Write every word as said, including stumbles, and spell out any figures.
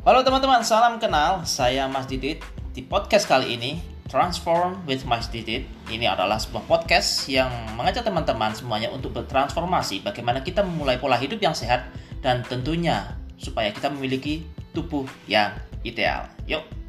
Halo teman-teman, salam kenal. Saya Mas Didit. Di podcast kali ini, Transform with Mas Didit. Ini adalah sebuah podcast yang mengajak teman-teman semuanya untuk bertransformasi. Bagaimana kita memulai pola hidup yang sehat dan tentunya supaya kita memiliki tubuh yang ideal. Yuk!